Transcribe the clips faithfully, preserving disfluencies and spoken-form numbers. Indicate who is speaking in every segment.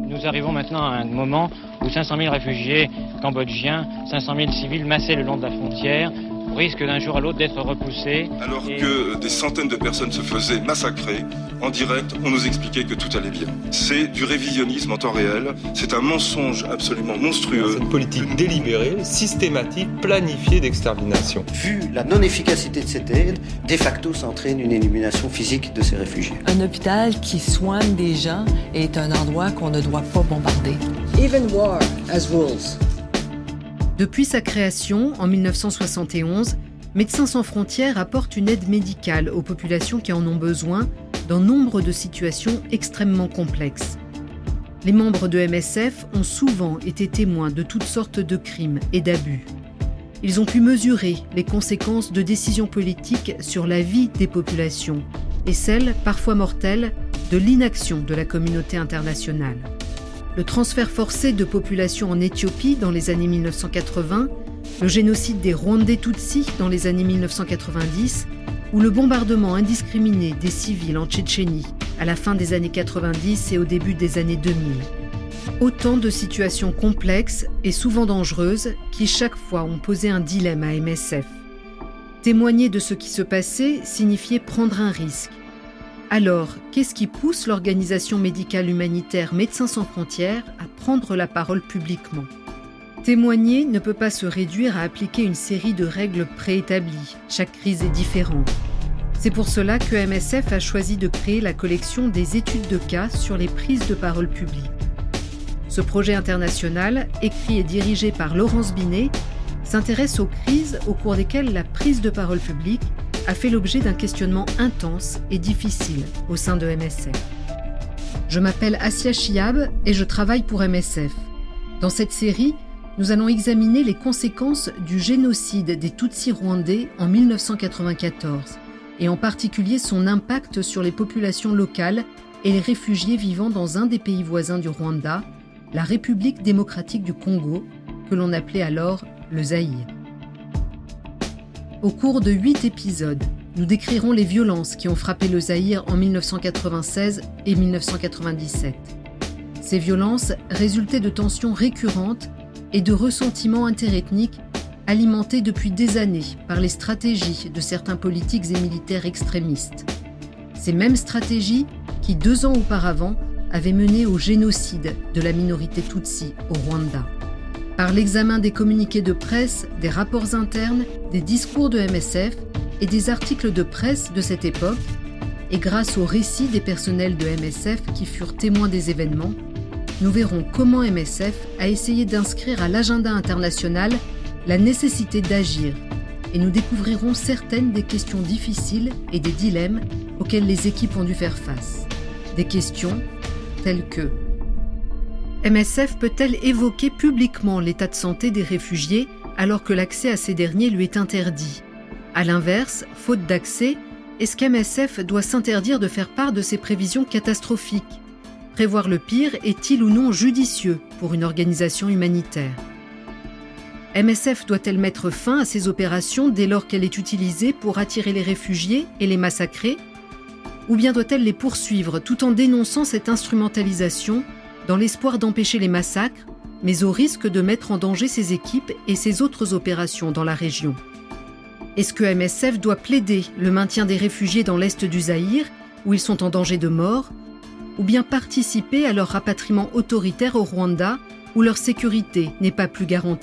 Speaker 1: Nous arrivons maintenant à un moment où cinq cent mille réfugiés cambodgiens, cinq cent mille civils massés le long de la frontière, risquent d'un jour à l'autre d'être repoussés.
Speaker 2: Alors
Speaker 1: et...
Speaker 2: que des centaines de personnes se faisaient massacrer, en direct, on nous expliquait que tout allait bien. C'est du révisionnisme en temps réel, c'est un mensonge absolument monstrueux.
Speaker 3: C'est une politique délibérée, systématique, planifiée d'extermination.
Speaker 4: Vu la non-efficacité de cette aide, de facto, ça entraîne une élimination physique de ces réfugiés.
Speaker 5: Un hôpital qui soigne des gens est un endroit qu'on ne doit pas bombarder.
Speaker 6: Even war has rules.
Speaker 7: Depuis sa création, en mille neuf cent soixante et onze, Médecins sans frontières apporte une aide médicale aux populations qui en ont besoin dans nombre de situations extrêmement complexes. Les membres de M S F ont souvent été témoins de toutes sortes de crimes et d'abus. Ils ont pu mesurer les conséquences de décisions politiques sur la vie des populations et celles, parfois mortelles, de l'inaction de la communauté internationale. Le transfert forcé de populations en Éthiopie dans les années mille neuf cent quatre-vingts, le génocide des Rwandais Tutsis dans les années mille neuf cent quatre-vingt-dix ou le bombardement indiscriminé des civils en Tchétchénie à la fin des années quatre-vingt-dix et au début des années deux mille. Autant de situations complexes et souvent dangereuses qui chaque fois ont posé un dilemme à M S F. Témoigner de ce qui se passait signifiait prendre un risque. Alors, qu'est-ce qui pousse l'organisation médicale humanitaire Médecins sans frontières à prendre la parole publiquement ? Témoigner ne peut pas se réduire à appliquer une série de règles préétablies. Chaque crise est différente. C'est pour cela que M S F a choisi de créer la collection des études de cas sur les prises de parole publiques. Ce projet international, écrit et dirigé par Laurence Binet, s'intéresse aux crises au cours desquelles la prise de parole publique a fait l'objet d'un questionnement intense et difficile au sein de M S F. Je m'appelle Assia Chiab et je travaille pour M S F. Dans cette série, nous allons examiner les conséquences du génocide des Tutsis rwandais en mille neuf cent quatre-vingt-quatorze et en particulier son impact sur les populations locales et les réfugiés vivant dans un des pays voisins du Rwanda, la République démocratique du Congo, que l'on appelait alors le Zaïre. Au cours de huit épisodes, nous décrirons les violences qui ont frappé le Zaïre en mille neuf cent quatre-vingt-seize et mille neuf cent quatre-vingt-dix-sept. Ces violences résultaient de tensions récurrentes et de ressentiments interethniques alimentés depuis des années par les stratégies de certains politiques et militaires extrémistes. Ces mêmes stratégies qui, deux ans auparavant, avaient mené au génocide de la minorité Tutsi au Rwanda. Par l'examen des communiqués de presse, des rapports internes, des discours de M S F et des articles de presse de cette époque, et grâce aux récits des personnels de M S F qui furent témoins des événements, nous verrons comment M S F a essayé d'inscrire à l'agenda international la nécessité d'agir, et nous découvrirons certaines des questions difficiles et des dilemmes auxquels les équipes ont dû faire face. Des questions telles que: M S F peut-elle évoquer publiquement l'état de santé des réfugiés alors que l'accès à ces derniers lui est interdit ? À l'inverse, faute d'accès, est-ce qu'M S F doit s'interdire de faire part de ses prévisions catastrophiques ? Prévoir le pire est-il ou non judicieux pour une organisation humanitaire ? M S F doit-elle mettre fin à ces opérations dès lors qu'elle est utilisée pour attirer les réfugiés et les massacrer ? Ou bien doit-elle les poursuivre tout en dénonçant cette instrumentalisation dans l'espoir d'empêcher les massacres, mais au risque de mettre en danger ses équipes et ses autres opérations dans la région ? Est-ce que M S F doit plaider le maintien des réfugiés dans l'est du Zaïre, où ils sont en danger de mort, ou bien participer à leur rapatriement autoritaire au Rwanda, où leur sécurité n'est pas plus garantie ?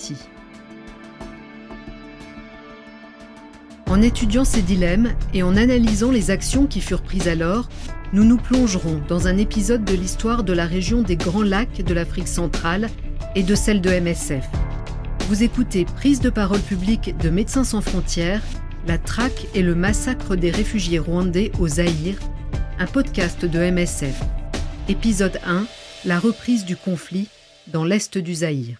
Speaker 7: En étudiant ces dilemmes et en analysant les actions qui furent prises alors, nous nous plongerons dans un épisode de l'histoire de la région des Grands Lacs de l'Afrique centrale et de celle de M S F. Vous écoutez Prise de parole publique de Médecins sans frontières, la traque et le massacre des réfugiés rwandais au Zaïre, un podcast de M S F. Épisode un, la reprise du conflit dans l'est du Zaïre.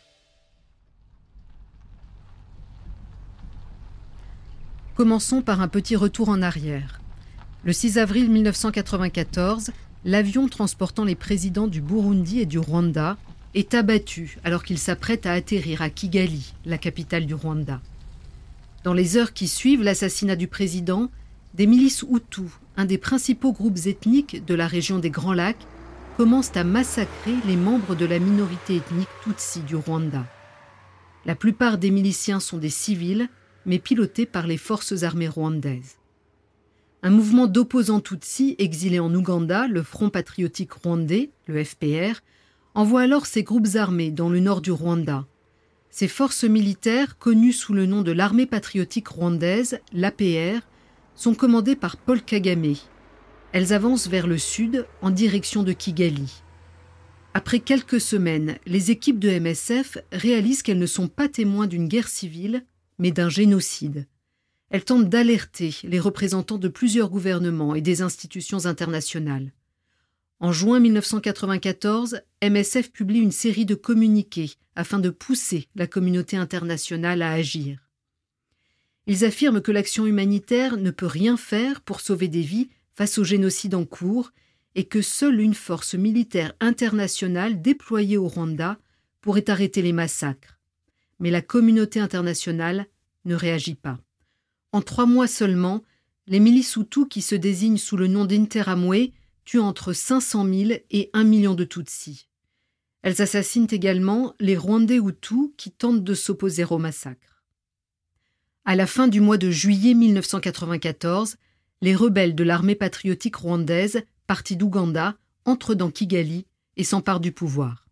Speaker 7: Commençons par un petit retour en arrière. Le six avril mille neuf cent quatre-vingt-quatorze, l'avion transportant les présidents du Burundi et du Rwanda est abattu alors qu'il s'apprête à atterrir à Kigali, la capitale du Rwanda. Dans les heures qui suivent l'assassinat du président, des milices Hutus, un des principaux groupes ethniques de la région des Grands Lacs, commencent à massacrer les membres de la minorité ethnique Tutsi du Rwanda. La plupart des miliciens sont des civils, mais pilotés par les forces armées rwandaises. Un mouvement d'opposants Tutsi exilés en Ouganda, le Front patriotique rwandais, le F P R, envoie alors ses groupes armés dans le nord du Rwanda. Ces forces militaires, connues sous le nom de l'Armée patriotique rwandaise, l'A P R, sont commandées par Paul Kagame. Elles avancent vers le sud, en direction de Kigali. Après quelques semaines, les équipes de M S F réalisent qu'elles ne sont pas témoins d'une guerre civile, mais d'un génocide. Elles tentent d'alerter les représentants de plusieurs gouvernements et des institutions internationales. En juin mille neuf cent quatre-vingt-quatorze, M S F publie une série de communiqués afin de pousser la communauté internationale à agir. Ils affirment que l'action humanitaire ne peut rien faire pour sauver des vies face au génocide en cours et que seule une force militaire internationale déployée au Rwanda pourrait arrêter les massacres. Mais la communauté internationale ne réagit pas. En trois mois seulement, les milices Hutus qui se désignent sous le nom d'Interamwe tuent entre cinq cent mille et un million de Tutsis. Elles assassinent également les Rwandais Hutus qui tentent de s'opposer au massacre. À la fin du mois de juillet mille neuf cent quatre-vingt-quatorze, les rebelles de l'armée patriotique rwandaise, partis d'Ouganda, entrent dans Kigali et s'emparent du pouvoir.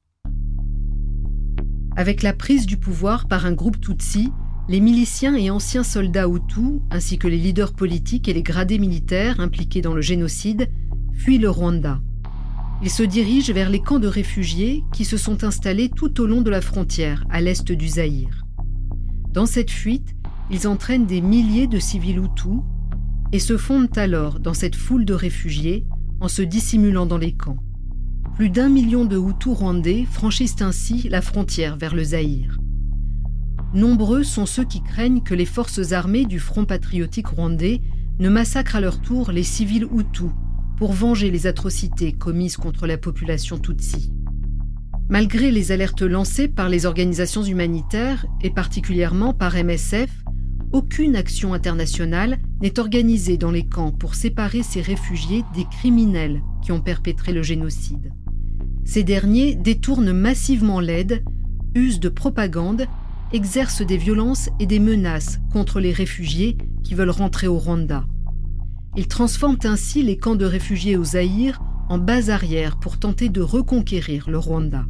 Speaker 7: Avec la prise du pouvoir par un groupe Tutsi, les miliciens et anciens soldats Hutus, ainsi que les leaders politiques et les gradés militaires impliqués dans le génocide, fuient le Rwanda. Ils se dirigent vers les camps de réfugiés qui se sont installés tout au long de la frontière, à l'est du Zaïre. Dans cette fuite, ils entraînent des milliers de civils Hutus et se fondent alors dans cette foule de réfugiés en se dissimulant dans les camps. Plus d'un million de Hutus rwandais franchissent ainsi la frontière vers le Zaïre. Nombreux sont ceux qui craignent que les forces armées du Front patriotique rwandais ne massacrent à leur tour les civils Hutus pour venger les atrocités commises contre la population Tutsi. Malgré les alertes lancées par les organisations humanitaires et particulièrement par M S F, aucune action internationale n'est organisée dans les camps pour séparer ces réfugiés des criminels qui ont perpétré le génocide. Ces derniers détournent massivement l'aide, usent de propagande, exercent des violences et des menaces contre les réfugiés qui veulent rentrer au Rwanda. Ils transforment ainsi les camps de réfugiés au Zaïre en base arrière pour tenter de reconquérir le Rwanda.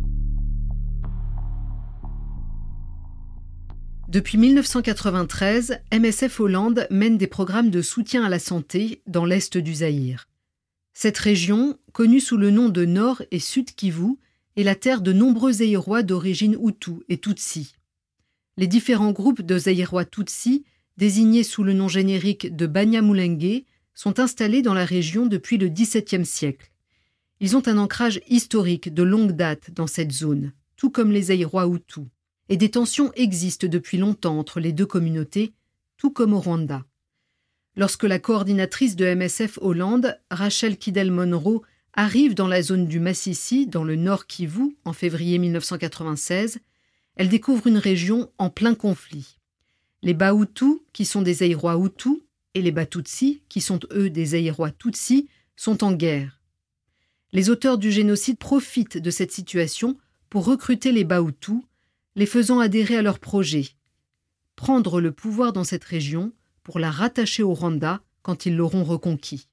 Speaker 7: Depuis mille neuf cent quatre-vingt-treize, M S F Hollande mène des programmes de soutien à la santé dans l'est du Zaïre. Cette région, connue sous le nom de Nord et Sud Kivu, est la terre de nombreux Zaïrois d'origine Hutu et Tutsi. Les différents groupes de Zaïrois Tutsi, désignés sous le nom générique de Banyamulenge, sont installés dans la région depuis le dix-septième siècle. Ils ont un ancrage historique de longue date dans cette zone, tout comme les Zaïrois Hutus. Et des tensions existent depuis longtemps entre les deux communautés, tout comme au Rwanda. Lorsque la coordinatrice de M S F Hollande, Rachel Kidal-Monroe, arrive dans la zone du Massissi, dans le nord Kivu, en février mille neuf cent quatre-vingt-seize, elle découvre une région en plein conflit. Les Bahutus, qui sont des Zaïrois Hutus, et les Batutsi, qui sont eux des Zaïrois Tutsi, sont en guerre. Les auteurs du génocide profitent de cette situation pour recruter les Bahutus, les faisant adhérer à leur projet, prendre le pouvoir dans cette région pour la rattacher au Rwanda quand ils l'auront reconquis.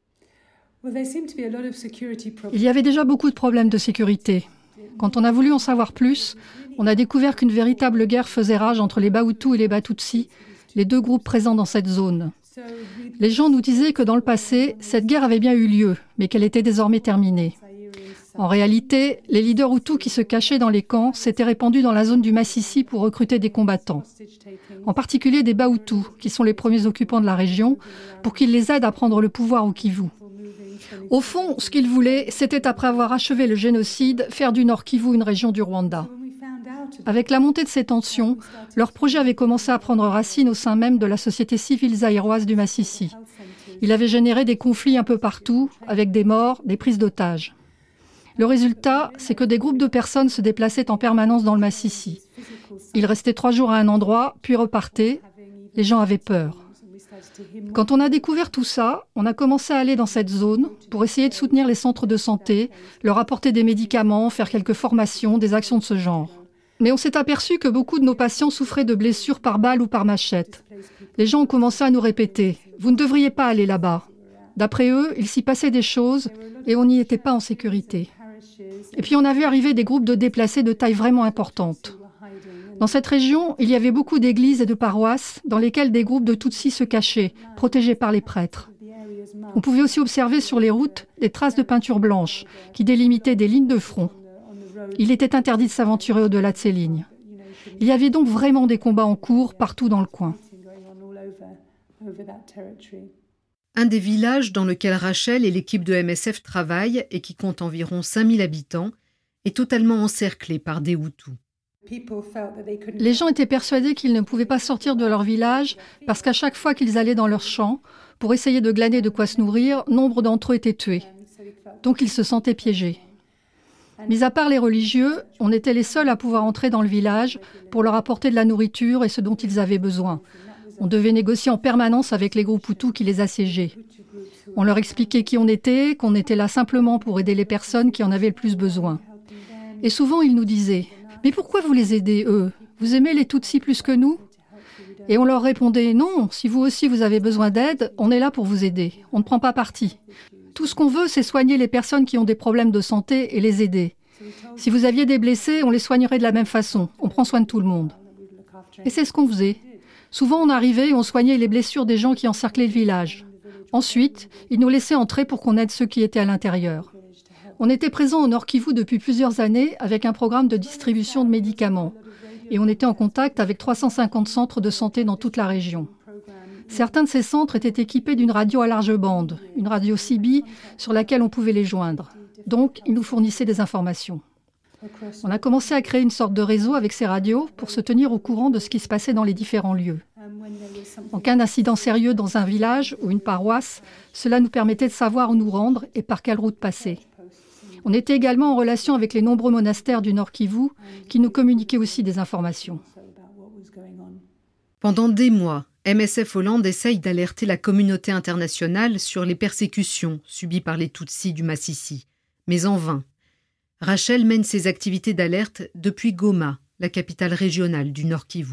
Speaker 8: Il y avait déjà beaucoup de problèmes de sécurité. Quand on a voulu en savoir plus, on a découvert qu'une véritable guerre faisait rage entre les Bahutus et les Batutsi, les deux groupes présents dans cette zone. Les gens nous disaient que dans le passé, cette guerre avait bien eu lieu, mais qu'elle était désormais terminée. En réalité, les leaders Hutus qui se cachaient dans les camps s'étaient répandus dans la zone du Massissi pour recruter des combattants. En particulier des Bahutus, qui sont les premiers occupants de la région, pour qu'ils les aident à prendre le pouvoir au Kivu. Au fond, ce qu'ils voulaient, c'était, après avoir achevé le génocide, faire du Nord Kivu une région du Rwanda. Avec la montée de ces tensions, leur projet avait commencé à prendre racine au sein même de la société civile zaïroise du Massissi. Il avait généré des conflits un peu partout, avec des morts, des prises d'otages. Le résultat, c'est que des groupes de personnes se déplaçaient en permanence dans le Massissi. Ils restaient trois jours à un endroit, puis repartaient. Les gens avaient peur. Quand on a découvert tout ça, on a commencé à aller dans cette zone pour essayer de soutenir les centres de santé, leur apporter des médicaments, faire quelques formations, des actions de ce genre. Mais on s'est aperçu que beaucoup de nos patients souffraient de blessures par balle ou par machette. Les gens ont commencé à nous répéter « Vous ne devriez pas aller là-bas ». D'après eux, il s'y passait des choses et on n'y était pas en sécurité. Et puis on a vu arriver des groupes de déplacés de taille vraiment importante. Dans cette région, il y avait beaucoup d'églises et de paroisses dans lesquelles des groupes de Tutsis se cachaient, protégés par les prêtres. On pouvait aussi observer sur les routes des traces de peinture blanche qui délimitaient des lignes de front. Il était interdit de s'aventurer au-delà de ces lignes. Il y avait donc vraiment des combats en cours partout dans le coin.
Speaker 7: Un des villages dans lequel Rachel et l'équipe de M S F travaillent et qui compte environ cinq mille habitants est totalement encerclé par des Hutus.
Speaker 8: Les gens étaient persuadés qu'ils ne pouvaient pas sortir de leur village parce qu'à chaque fois qu'ils allaient dans leur champ pour essayer de glaner de quoi se nourrir, nombre d'entre eux étaient tués. Donc ils se sentaient piégés. Mis à part les religieux, on était les seuls à pouvoir entrer dans le village pour leur apporter de la nourriture et ce dont ils avaient besoin. On devait négocier en permanence avec les groupes Hutus qui les assiégeaient. On leur expliquait qui on était, qu'on était là simplement pour aider les personnes qui en avaient le plus besoin. Et souvent, ils nous disaient « Mais pourquoi vous les aidez, eux? Vous aimez les Tutsis plus que nous ?» Et on leur répondait « Non, si vous aussi vous avez besoin d'aide, on est là pour vous aider. On ne prend pas parti. Tout ce qu'on veut, c'est soigner les personnes qui ont des problèmes de santé et les aider. Si vous aviez des blessés, on les soignerait de la même façon. On prend soin de tout le monde. » Et c'est ce qu'on faisait. Souvent, on arrivait et on soignait les blessures des gens qui encerclaient le village. Ensuite, ils nous laissaient entrer pour qu'on aide ceux qui étaient à l'intérieur. On était présents au Nord Kivu depuis plusieurs années avec un programme de distribution de médicaments. Et on était en contact avec trois cent cinquante centres de santé dans toute la région. Certains de ces centres étaient équipés d'une radio à large bande, une radio C B sur laquelle on pouvait les joindre. Donc, ils nous fournissaient des informations. On a commencé à créer une sorte de réseau avec ces radios pour se tenir au courant de ce qui se passait dans les différents lieux. En cas d'incident sérieux dans un village ou une paroisse, cela nous permettait de savoir où nous rendre et par quelle route passer. On était également en relation avec les nombreux monastères du Nord Kivu qui nous communiquaient aussi des informations.
Speaker 7: Pendant des mois, M S F Hollande essaye d'alerter la communauté internationale sur les persécutions subies par les Tutsis du Massissi, mais en vain. Rachel mène ses activités d'alerte depuis Goma, la capitale régionale du Nord Kivu.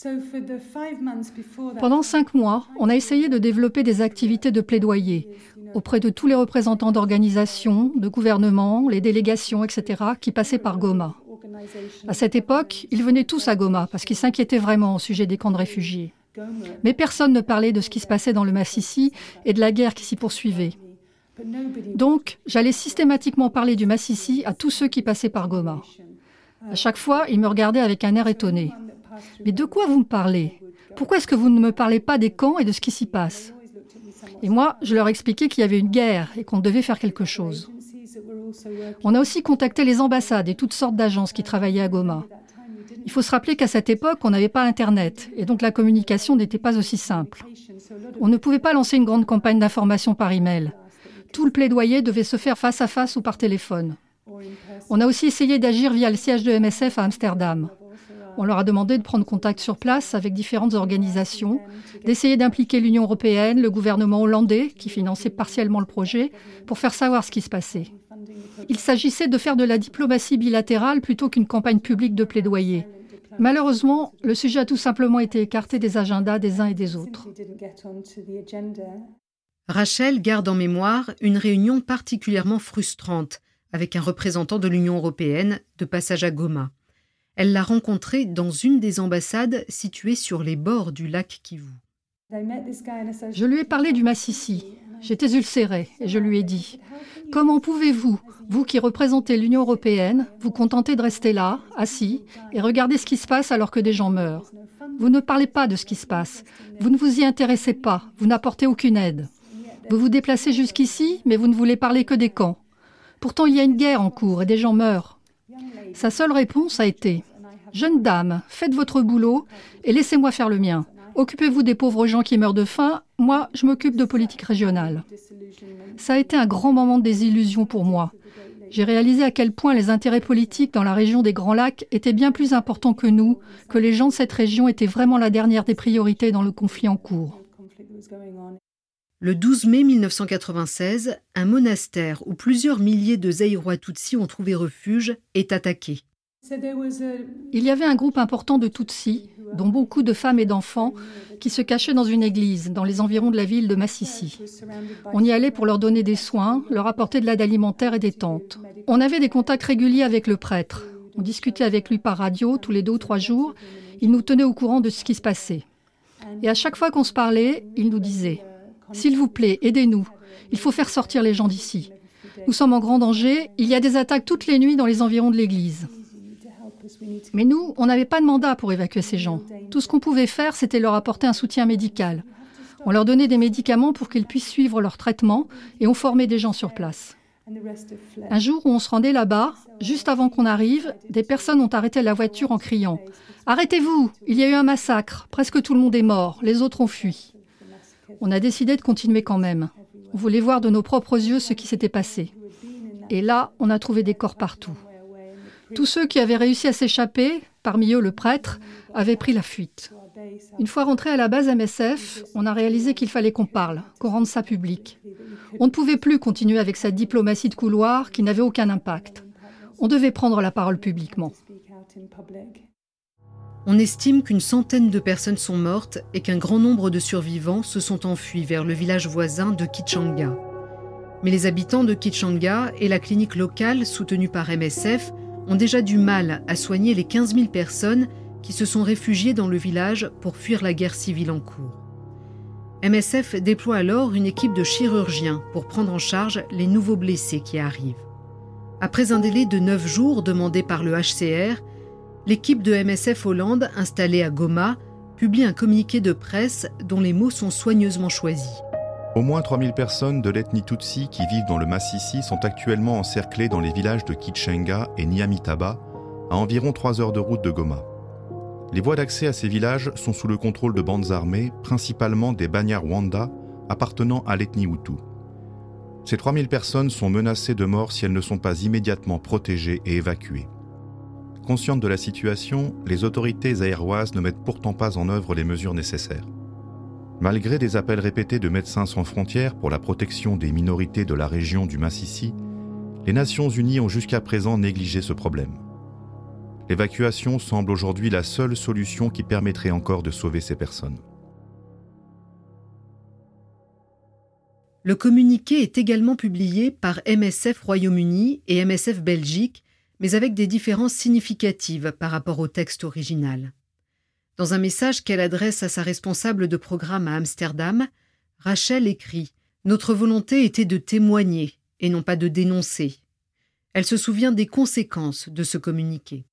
Speaker 8: Pendant cinq mois, on a essayé de développer des activités de plaidoyer auprès de tous les représentants d'organisations, de gouvernements, les délégations, et cetera, qui passaient par Goma. À cette époque, ils venaient tous à Goma parce qu'ils s'inquiétaient vraiment au sujet des camps de réfugiés. Mais personne ne parlait de ce qui se passait dans le Massissi et de la guerre qui s'y poursuivait. Donc, j'allais systématiquement parler du Massissi à tous ceux qui passaient par Goma. À chaque fois, ils me regardaient avec un air étonné. « Mais de quoi vous me parlez? Pourquoi est-ce que vous ne me parlez pas des camps et de ce qui s'y passe ?» Et moi, je leur expliquais qu'il y avait une guerre et qu'on devait faire quelque chose. On a aussi contacté les ambassades et toutes sortes d'agences qui travaillaient à Goma. Il faut se rappeler qu'à cette époque, on n'avait pas Internet et donc la communication n'était pas aussi simple. On ne pouvait pas lancer une grande campagne d'information par email. Tout le plaidoyer devait se faire face à face ou par téléphone. On a aussi essayé d'agir via le siège de M S F à Amsterdam. On leur a demandé de prendre contact sur place avec différentes organisations, d'essayer d'impliquer l'Union européenne, le gouvernement hollandais, qui finançait partiellement le projet, pour faire savoir ce qui se passait. Il s'agissait de faire de la diplomatie bilatérale plutôt qu'une campagne publique de plaidoyer. Malheureusement, le sujet a tout simplement été écarté des agendas des uns et des autres.
Speaker 7: Rachel garde en mémoire une réunion particulièrement frustrante avec un représentant de l'Union européenne de passage à Goma. Elle l'a rencontré dans une des ambassades situées sur les bords du lac Kivu.
Speaker 8: Je lui ai parlé du Massissi. J'étais ulcérée et je lui ai dit « Comment pouvez-vous, vous qui représentez l'Union européenne, vous contenter de rester là, assis, et regarder ce qui se passe alors que des gens meurent? Vous ne parlez pas de ce qui se passe. Vous ne vous y intéressez pas. Vous n'apportez aucune aide. Vous vous déplacez jusqu'ici, mais vous ne voulez parler que des camps. Pourtant, il y a une guerre en cours et des gens meurent. » Sa seule réponse a été « Jeune dame, faites votre boulot et laissez-moi faire le mien. Occupez-vous des pauvres gens qui meurent de faim, moi, je m'occupe de politique régionale. » Ça a été un grand moment de désillusion pour moi. J'ai réalisé à quel point les intérêts politiques dans la région des Grands Lacs étaient bien plus importants que nous, que les gens de cette région étaient vraiment la dernière des priorités dans le conflit en cours.
Speaker 7: Le douze mai mille neuf cent quatre-vingt-seize, un monastère où plusieurs milliers de Zaïrois Tutsis ont trouvé refuge est attaqué.
Speaker 8: Il y avait un groupe important de Tutsis, dont beaucoup de femmes et d'enfants, qui se cachaient dans une église, dans les environs de la ville de Massissi. On y allait pour leur donner des soins, leur apporter de l'aide alimentaire et des tentes. On avait des contacts réguliers avec le prêtre. On discutait avec lui par radio tous les deux ou trois jours. Il nous tenait au courant de ce qui se passait. Et à chaque fois qu'on se parlait, il nous disait « S'il vous plaît, aidez-nous. Il faut faire sortir les gens d'ici. Nous sommes en grand danger. Il y a des attaques toutes les nuits dans les environs de l'église. » Mais nous, on n'avait pas de mandat pour évacuer ces gens. Tout ce qu'on pouvait faire, c'était leur apporter un soutien médical. On leur donnait des médicaments pour qu'ils puissent suivre leur traitement et on formait des gens sur place. Un jour où on se rendait là-bas, juste avant qu'on arrive, des personnes ont arrêté la voiture en criant « Arrêtez-vous, il y a eu un massacre, presque tout le monde est mort, les autres ont fui. » On a décidé de continuer quand même. On voulait voir de nos propres yeux ce qui s'était passé. Et là, on a trouvé des corps partout. Tous ceux qui avaient réussi à s'échapper, parmi eux le prêtre, avaient pris la fuite. Une fois rentrés à la base M S F, on a réalisé qu'il fallait qu'on parle, qu'on rende ça public. On ne pouvait plus continuer avec cette diplomatie de couloir qui n'avait aucun impact. On devait prendre la parole publiquement.
Speaker 7: On estime qu'une centaine de personnes sont mortes et qu'un grand nombre de survivants se sont enfuis vers le village voisin de Kichanga. Mais les habitants de Kichanga et la clinique locale soutenue par M S F ont déjà du mal à soigner les quinze mille personnes qui se sont réfugiées dans le village pour fuir la guerre civile en cours. M S F déploie alors une équipe de chirurgiens pour prendre en charge les nouveaux blessés qui arrivent. Après un délai de neuf jours demandé par le H C R, l'équipe de M S F Hollande, installée à Goma, publie un communiqué de presse dont les mots sont soigneusement choisis.
Speaker 9: Au moins trois mille personnes de l'ethnie Tutsi qui vivent dans le Massissi sont actuellement encerclées dans les villages de Kichenga et Nyamitaba, à environ trois heures de route de Goma. Les voies d'accès à ces villages sont sous le contrôle de bandes armées, principalement des Banyarwanda, appartenant à l'ethnie Hutu. Ces trois mille personnes sont menacées de mort si elles ne sont pas immédiatement protégées et évacuées. Conscientes de la situation, les autorités zaïroises ne mettent pourtant pas en œuvre les mesures nécessaires. Malgré des appels répétés de Médecins sans frontières pour la protection des minorités de la région du Massissi, les Nations Unies ont jusqu'à présent négligé ce problème. L'évacuation semble aujourd'hui la seule solution qui permettrait encore de sauver ces personnes.
Speaker 7: Le communiqué est également publié par M S F Royaume-Uni et M S F Belgique, mais avec des différences significatives par rapport au texte original. Dans un message qu'elle adresse à sa responsable de programme à Amsterdam, Rachel écrit « Notre volonté était de témoigner et non pas de dénoncer ». Elle se souvient des conséquences de ce communiqué.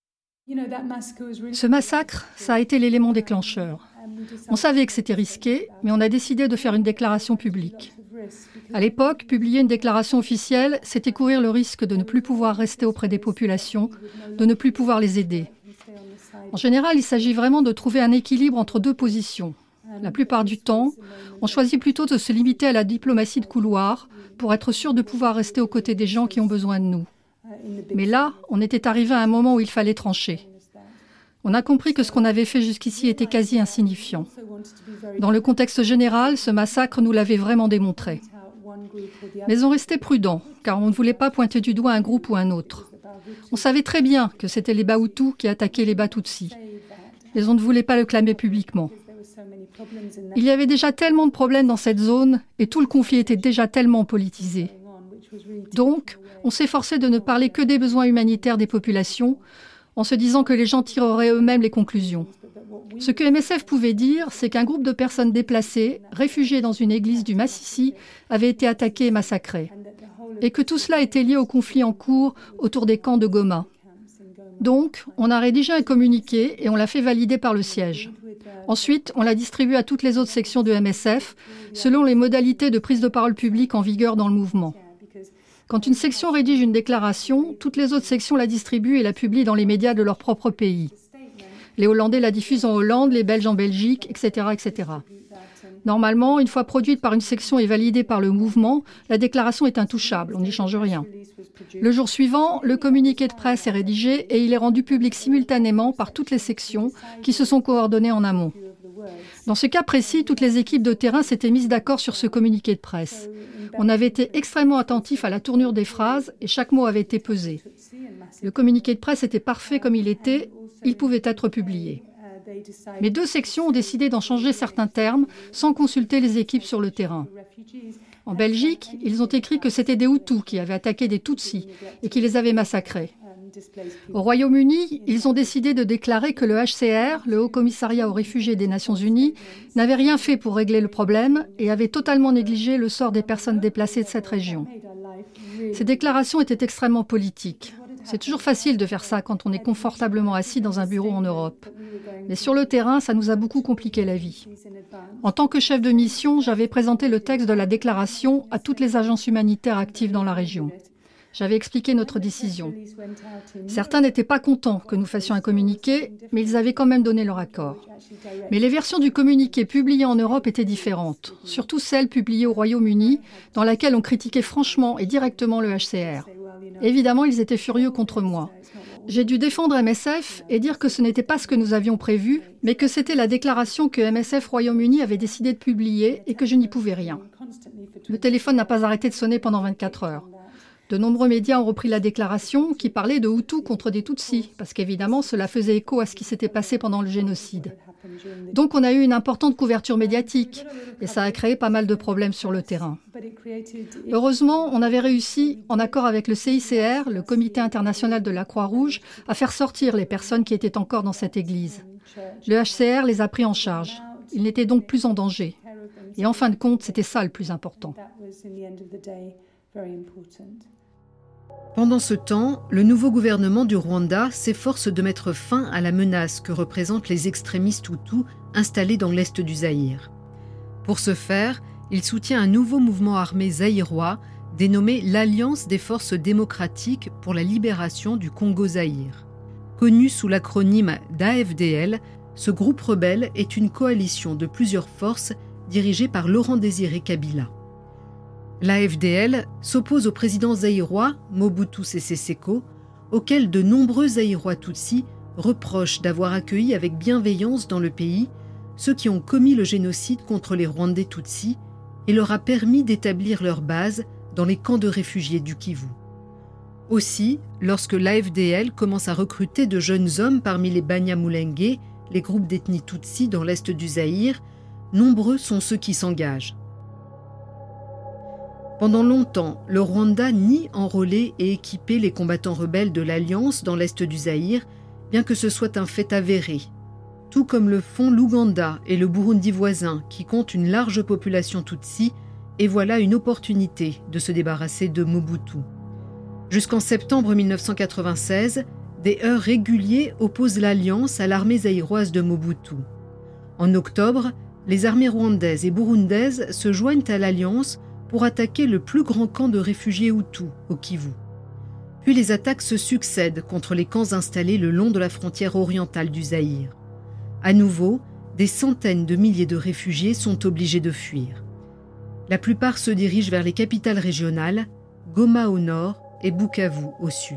Speaker 8: Ce massacre, ça a été l'élément déclencheur. On savait que c'était risqué, mais on a décidé de faire une déclaration publique. À l'époque, publier une déclaration officielle, c'était courir le risque de ne plus pouvoir rester auprès des populations, de ne plus pouvoir les aider. En général, il s'agit vraiment de trouver un équilibre entre deux positions. La plupart du temps, on choisit plutôt de se limiter à la diplomatie de couloir pour être sûr de pouvoir rester aux côtés des gens qui ont besoin de nous. Mais là, on était arrivé à un moment où il fallait trancher. On a compris que ce qu'on avait fait jusqu'ici était quasi insignifiant. Dans le contexte général, ce massacre nous l'avait vraiment démontré. Mais on restait prudent, car on ne voulait pas pointer du doigt un groupe ou un autre. On savait très bien que c'était les Bahutus qui attaquaient les Batutsis, mais on ne voulait pas le clamer publiquement. Il y avait déjà tellement de problèmes dans cette zone et tout le conflit était déjà tellement politisé. Donc, on s'efforçait de ne parler que des besoins humanitaires des populations, en se disant que les gens tireraient eux-mêmes les conclusions. Ce que M S F pouvait dire, c'est qu'un groupe de personnes déplacées, réfugiées dans une église du Massissi, avait été attaqué et massacré. Et que tout cela était lié au conflit en cours autour des camps de Goma. Donc, on a rédigé un communiqué et on l'a fait valider par le siège. Ensuite, on l'a distribué à toutes les autres sections de M S F, selon les modalités de prise de parole publique en vigueur dans le mouvement. Quand une section rédige une déclaration, toutes les autres sections la distribuent et la publient dans les médias de leur propre pays. Les Hollandais la diffusent en Hollande, les Belges en Belgique, et cetera, et cetera. Normalement, une fois produite par une section et validée par le mouvement, la déclaration est intouchable, on n'y change rien. Le jour suivant, le communiqué de presse est rédigé et il est rendu public simultanément par toutes les sections qui se sont coordonnées en amont. Dans ce cas précis, toutes les équipes de terrain s'étaient mises d'accord sur ce communiqué de presse. On avait été extrêmement attentifs à la tournure des phrases et chaque mot avait été pesé. Le communiqué de presse était parfait comme il était, il pouvait être publié. Mais deux sections ont décidé d'en changer certains termes sans consulter les équipes sur le terrain. En Belgique, ils ont écrit que c'était des Hutus qui avaient attaqué des Tutsis et qui les avaient massacrés. Au Royaume-Uni, ils ont décidé de déclarer que le H C R, le Haut Commissariat aux réfugiés des Nations Unies, n'avait rien fait pour régler le problème et avait totalement négligé le sort des personnes déplacées de cette région. Ces déclarations étaient extrêmement politiques. C'est toujours facile de faire ça quand on est confortablement assis dans un bureau en Europe. Mais sur le terrain, ça nous a beaucoup compliqué la vie. En tant que chef de mission, j'avais présenté le texte de la déclaration à toutes les agences humanitaires actives dans la région. J'avais expliqué notre décision. Certains n'étaient pas contents que nous fassions un communiqué, mais ils avaient quand même donné leur accord. Mais les versions du communiqué publiées en Europe étaient différentes, surtout celle publiée au Royaume-Uni, dans laquelle on critiquait franchement et directement le H C R. Évidemment, ils étaient furieux contre moi. J'ai dû défendre M S F et dire que ce n'était pas ce que nous avions prévu, mais que c'était la déclaration que M S F Royaume-Uni avait décidé de publier et que je n'y pouvais rien. Le téléphone n'a pas arrêté de sonner pendant vingt-quatre heures. De nombreux médias ont repris la déclaration qui parlait de Hutus contre des Tutsis, parce qu'évidemment, cela faisait écho à ce qui s'était passé pendant le génocide. Donc on a eu une importante couverture médiatique, et ça a créé pas mal de problèmes sur le terrain. Heureusement, on avait réussi, en accord avec le C I C R, le Comité international de la Croix-Rouge, à faire sortir les personnes qui étaient encore dans cette église. Le H C R les a pris en charge. Ils n'étaient donc plus en danger. Et en fin de compte, c'était ça le plus important.
Speaker 7: Pendant ce temps, le nouveau gouvernement du Rwanda s'efforce de mettre fin à la menace que représentent les extrémistes Hutus installés dans l'est du Zaïre. Pour ce faire, il soutient un nouveau mouvement armé zaïrois dénommé l'Alliance des forces démocratiques pour la libération du Congo-Zaïre. Connu sous l'acronyme d'A F D L, ce groupe rebelle est une coalition de plusieurs forces dirigée par Laurent-Désiré Kabila. L'A F D L s'oppose au président zaïrois Mobutu Sese Seko, auquel de nombreux Zaïrois Tutsis reprochent d'avoir accueilli avec bienveillance dans le pays ceux qui ont commis le génocide contre les Rwandais Tutsis et leur a permis d'établir leur base dans les camps de réfugiés du Kivu. Aussi, lorsque l'A F D L commence à recruter de jeunes hommes parmi les Banyamulenge, les groupes d'ethnie Tutsi dans l'est du Zaïre, nombreux sont ceux qui s'engagent. Pendant longtemps, le Rwanda nie enrôler et équiper les combattants rebelles de l'Alliance dans l'est du Zaïre, bien que ce soit un fait avéré. Tout comme le font l'Ouganda et le Burundi voisin, qui comptent une large population Tutsi, et voilà une opportunité de se débarrasser de Mobutu. Jusqu'en septembre mille neuf cent quatre-vingt-seize, des heurts réguliers opposent l'Alliance à l'armée zaïroise de Mobutu. En octobre, les armées rwandaises et burundaises se joignent à l'Alliance pour attaquer le plus grand camp de réfugiés Hutus, au Kivu. Puis les attaques se succèdent contre les camps installés le long de la frontière orientale du Zaïre. À nouveau, des centaines de milliers de réfugiés sont obligés de fuir. La plupart se dirigent vers les capitales régionales, Goma au nord et Bukavu au sud.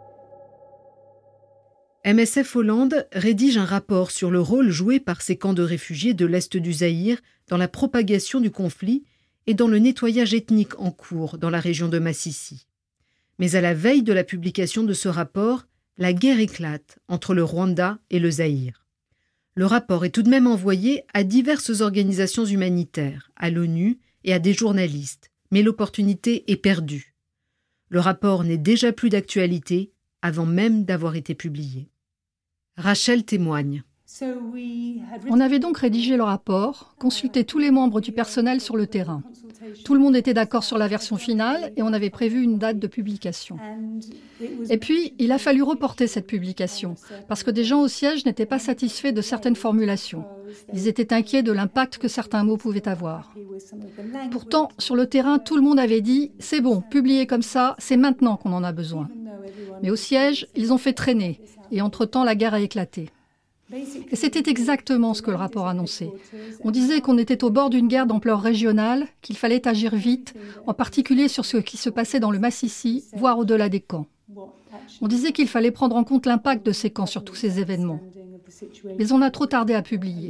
Speaker 7: M S F Hollande rédige un rapport sur le rôle joué par ces camps de réfugiés de l'est du Zaïre dans la propagation du conflit et dans le nettoyage ethnique en cours dans la région de Massissi. Mais à la veille de la publication de ce rapport, la guerre éclate entre le Rwanda et le Zaïre. Le rapport est tout de même envoyé à diverses organisations humanitaires, à l'ONU et à des journalistes, mais l'opportunité est perdue. Le rapport n'est déjà plus d'actualité avant même d'avoir été publié. Rachel témoigne.
Speaker 8: On avait donc rédigé le rapport, consulté tous les membres du personnel sur le terrain. Tout le monde était d'accord sur la version finale et on avait prévu une date de publication. Et puis, il a fallu reporter cette publication, parce que des gens au siège n'étaient pas satisfaits de certaines formulations. Ils étaient inquiets de l'impact que certains mots pouvaient avoir. Pourtant, sur le terrain, tout le monde avait dit « c'est bon, publier comme ça, c'est maintenant qu'on en a besoin ». Mais au siège, ils ont fait traîner, et entre-temps, la guerre a éclaté. Et c'était exactement ce que le rapport annonçait. On disait qu'on était au bord d'une guerre d'ampleur régionale, qu'il fallait agir vite, en particulier sur ce qui se passait dans le Massissi, voire au-delà des camps. On disait qu'il fallait prendre en compte l'impact de ces camps sur tous ces événements. Mais on a trop tardé à publier.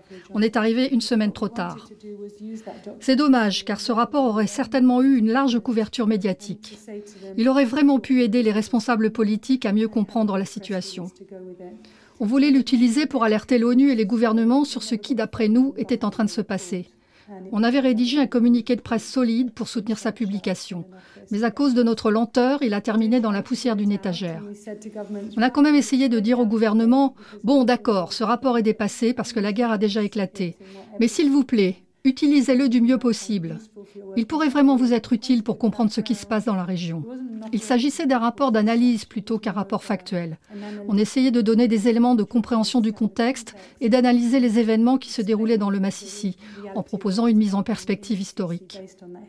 Speaker 8: On est arrivé une semaine trop tard. C'est dommage, car ce rapport aurait certainement eu une large couverture médiatique. Il aurait vraiment pu aider les responsables politiques à mieux comprendre la situation. On voulait l'utiliser pour alerter l'ONU et les gouvernements sur ce qui, d'après nous, était en train de se passer. On avait rédigé un communiqué de presse solide pour soutenir sa publication. Mais à cause de notre lenteur, il a terminé dans la poussière d'une étagère. On a quand même essayé de dire au gouvernement « Bon, d'accord, ce rapport est dépassé parce que la guerre a déjà éclaté. Mais s'il vous plaît, utilisez-le du mieux possible. Il pourrait vraiment vous être utile pour comprendre ce qui se passe dans la région. » Il s'agissait d'un rapport d'analyse plutôt qu'un rapport factuel. On essayait de donner des éléments de compréhension du contexte et d'analyser les événements qui se déroulaient dans le Massissi, en proposant une mise en perspective historique.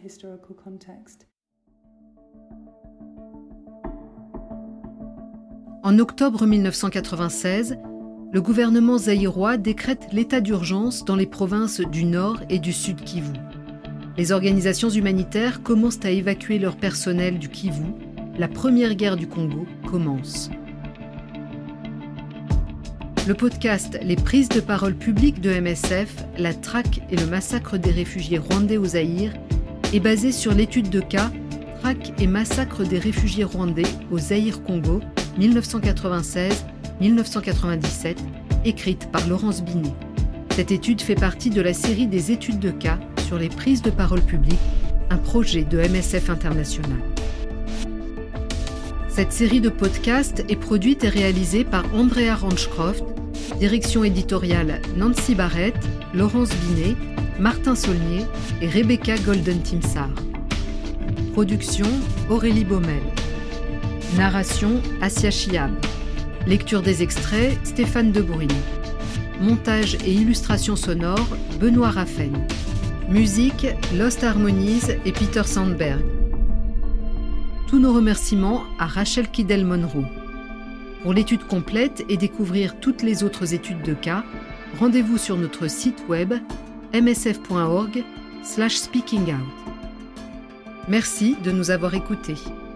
Speaker 7: En octobre mille neuf cent quatre-vingt-seize, le gouvernement zaïrois décrète l'état d'urgence dans les provinces du Nord et du Sud Kivu. Les organisations humanitaires commencent à évacuer leur personnel du Kivu. La première guerre du Congo commence. Le podcast Les prises de parole publiques de M S F, la traque et le massacre des réfugiés rwandais au Zaïre est basé sur l'étude de cas Traque et massacre des réfugiés rwandais au Zaïre-Congo mille neuf cent quatre-vingt-seize à mille neuf cent quatre-vingt-dix-sept, écrite par Laurence Binet. Cette étude fait partie de la série des études de cas sur les prises de parole publiques, un projet de M S F International. Cette série de podcasts est produite et réalisée par Andrea Ranchcroft, direction éditoriale Nancy Barrett, Laurence Binet, Martin Saulnier et Rebecca Golden-Timsar. Production Aurélie Baumel. Narration Assia Chiab. Lecture des extraits Stéphane Debruyne. Montage et illustration sonore Benoît Raffen. Musique Lost Harmonies et Peter Sandberg. Tous nos remerciements à Rachel Kidel-Monroe. Pour l'étude complète et découvrir toutes les autres études de cas, rendez-vous sur notre site web m s f point org slash speaking out. Merci de nous avoir écoutés.